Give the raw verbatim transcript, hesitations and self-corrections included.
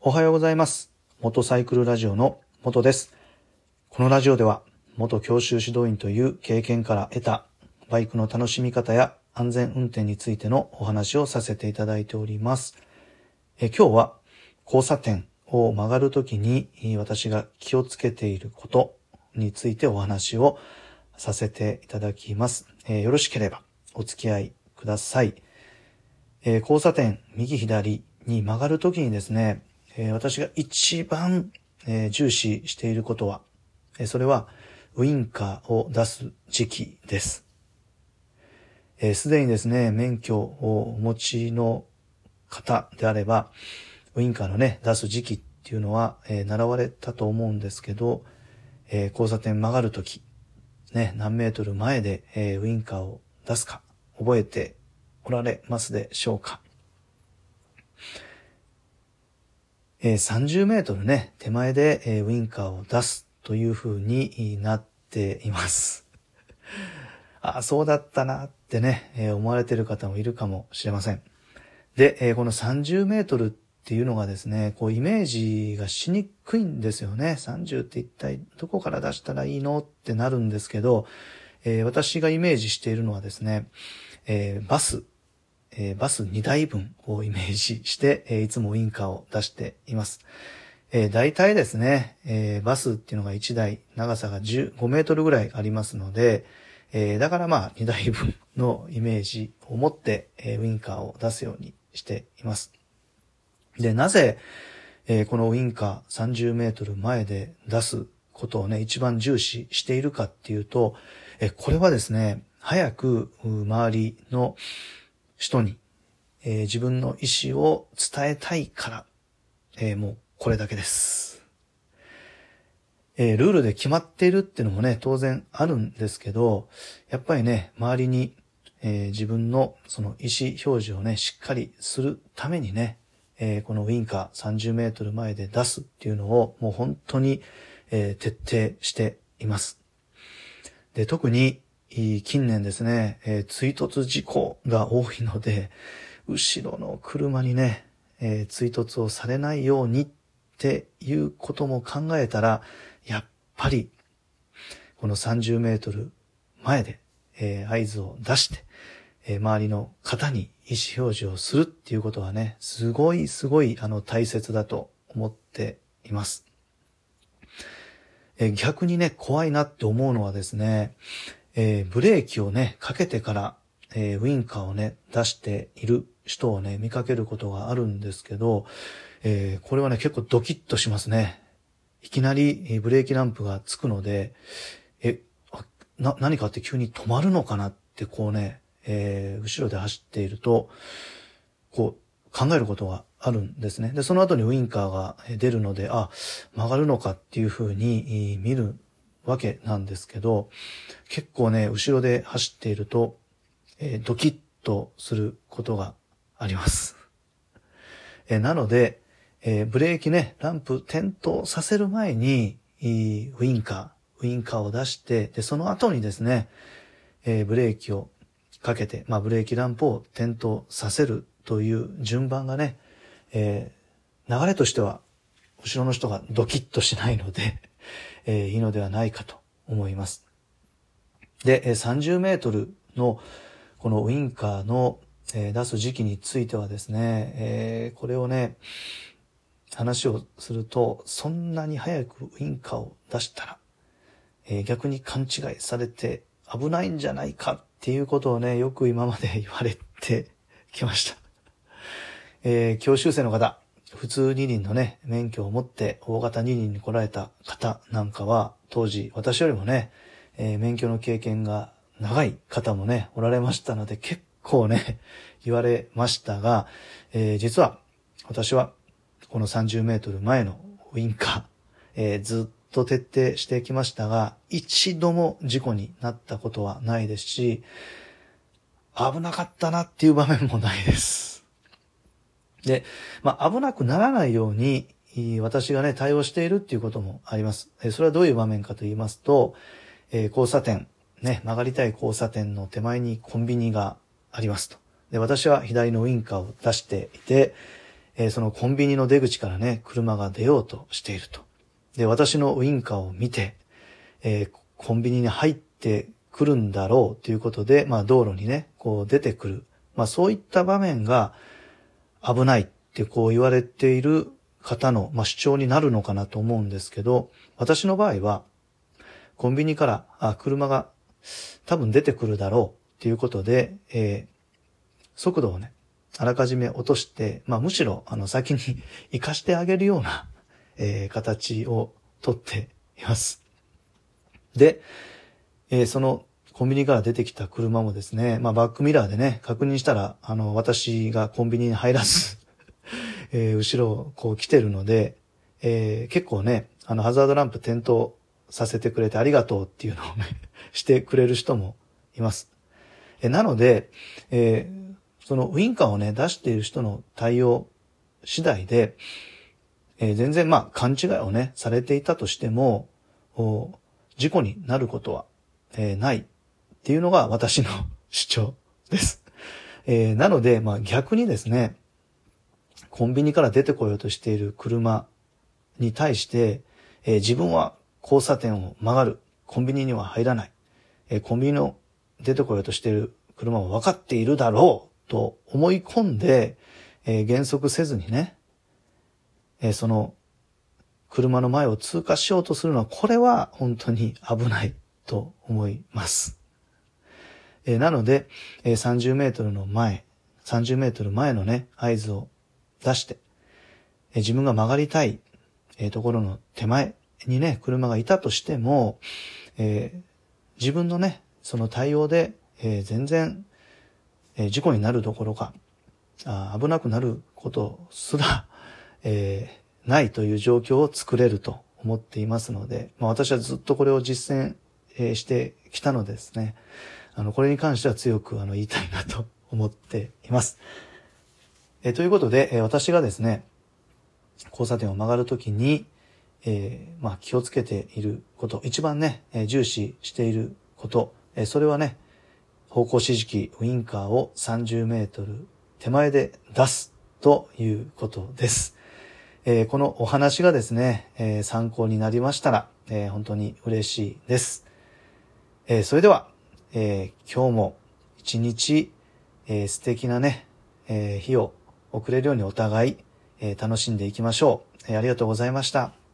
おはようございます。元サイクルラジオの元です。このラジオでは元教習指導員という経験から得たバイクの楽しみ方や安全運転についてのお話をさせていただいております。え今日は交差点を曲がるときに私が気をつけていることについてお話をさせていただきます。えよろしければお付き合いください。え交差点右左に曲がるときにですね、え私が一番、え重視していることは、えそれはウインカーを出す時期です。えー、すでにですね、免許をお持ちの方であれば、ウインカーのね、出す時期っていうのは、えー、習われたと思うんですけど、えー、交差点曲がるとき、ね、何メートル前で、えー、ウインカーを出すか、覚えておられますでしょうか。えー、さんじゅうメートルね、手前で、えー、ウインカーを出すという風になっています。あ、そうだったなってね、えー、思われている方もいるかもしれません。で、えー、このさんじゅうメートルっていうのがですね、こうイメージがしにくいんですよね。さんじゅうって一体どこから出したらいいのってなるんですけど、えー、私がイメージしているのはですね、えー、バス、えー、バスにだいぶんをイメージして、えー、いつもウインカーを出しています。えー、大体ですね、えー、バスっていうのがいちだい長さがじゅうごメートルぐらいありますので、えー、だからまあにだいぶんのイメージを持って、えー、ウインカーを出すようにしています。で、なぜ、えー、このウインカーさんじゅうメートル前で出すことをね、一番重視しているかっていうと、えー、これはですね、早く周りの人に、えー、自分の意思を伝えたいから、えー、もうこれだけです。えー、ルールで決まっているっていうのもね、当然あるんですけど、やっぱりね、周りに、えー、自分のその意思表示をね、しっかりするためにね、えー、このウインカーさんじゅうメートル前で出すっていうのをもう本当に、えー、徹底しています。で、特に近年ですね、えー、追突事故が多いので、後ろの車にね、えー、追突をされないようにっていうことも考えたら、やっぱりこのさんじゅうメートル前で、えー、合図を出して、えー、周りの方に意思表示をするっていうことはね、すごいすごいあの大切だと思っています。えー、逆にね、怖いなって思うのはですね、えー、ブレーキをね、かけてから、えー、ウインカーをね、出している人をね、見かけることがあるんですけど、えー、これはね、結構ドキッとしますね。いきなりブレーキランプがつくので、え、な、何かって急に止まるのかなってこうね、えー、後ろで走っていると、こう考えることがあるんですね。で、その後にウインカーが出るので、あ、曲がるのかっていう風に見るわけなんですけど、結構ね、後ろで走っていると、えー、ドキッとすることがあります。えー、なので、えー、ブレーキね、ランプ点灯させる前に、ウインカー、ウインカーを出して、で、その後にですね、えー、ブレーキをかけて、まあ、ブレーキランプを点灯させるという順番がね、えー、流れとしては、後ろの人がドキッとしないので、えー、いいのではないかと思います。で、さんじゅうメートルのこのウインカーの出す時期についてはですね、えー、これをね、話をすると、そんなに早くウインカーを出したら、えー、逆に勘違いされて危ないんじゃないかっていうことをね、よく今まで言われてきました。えー、教習生の方、普通二輪のね、免許を持って大型二輪に来られた方なんかは、当時私よりもね、えー、免許の経験が長い方もね、おられましたので、結構ね、言われましたが、えー、実は私はこのさんじゅうメートル前のウインカー、えー、ずっと徹底してきましたが、一度も事故になったことはないですし、危なかったなっていう場面もないです。で、まあ、危なくならないように、私がね、対応しているっていうこともあります。それはどういう場面かと言いますと、えー、交差点、ね、曲がりたい交差点の手前にコンビニがありますと。で、私は左のウインカーを出していて、 えー、そのコンビニの出口からね、車が出ようとしていると。で、私のウインカーを見て、えー、コンビニに入ってくるんだろうということで、まあ道路にね、こう出てくる。まあそういった場面が危ないってこう言われている方の、まあ、主張になるのかなと思うんですけど、私の場合は、コンビニから、あ、車が多分出てくるだろうっていうことで、えー、速度をね、あらかじめ落として、まあむしろ、あの、先に活かしてあげるような、えー、形をとっています。で、えー、そのコンビニから出てきた車もですね、まあバックミラーでね、確認したら、あの、私がコンビニに入らず、えー、後ろをこう来てるので、えー、結構ね、あの、ハザードランプ点灯させてくれてありがとうっていうのをね、してくれる人もいます。えー、なので、えー、そのウインカーをね、出している人の対応次第で、えー、全然まあ勘違いをね、されていたとしても、事故になることは、えー、ないっていうのが私の主張です。えー、なので、まあ逆にですね、コンビニから出てこようとしている車に対して、えー、自分は交差点を曲がる。コンビニには入らない。えー、コンビニの出てこようとしている車は分かっているだろうと思い込んで、えー、減速せずにね、えー、その車の前を通過しようとするのは、これは本当に危ないと思います。えー、なので、えー、さんじゅうメートルの前、さんじゅうメートル前のね、合図を出して、えー、自分が曲がりたい、えー、ところの手前にね、車がいたとしても、えー、自分のね、その対応で、えー、全然、えー、事故になるどころか、あ危なくなることすら、えー、ないという状況を作れると思っていますので、まあ、私はずっとこれを実践、えー、してきたのでですね、あの、これに関しては強くあの言いたいなと思っています。えー、ということで、えー、私がですね、交差点を曲がるときに、えー、まあ気をつけていること、一番ね、えー、重視していること、えー、それはね、方向指示器、ウインカーをさんじゅうメートル手前で出すということです。えー、このお話がですね、えー、参考になりましたら、えー、本当に嬉しいです。えー、それでは、えー、今日も一日、えー、素敵なね、えー、日を送れるようにお互い、えー、楽しんでいきましょう。えー、ありがとうございました。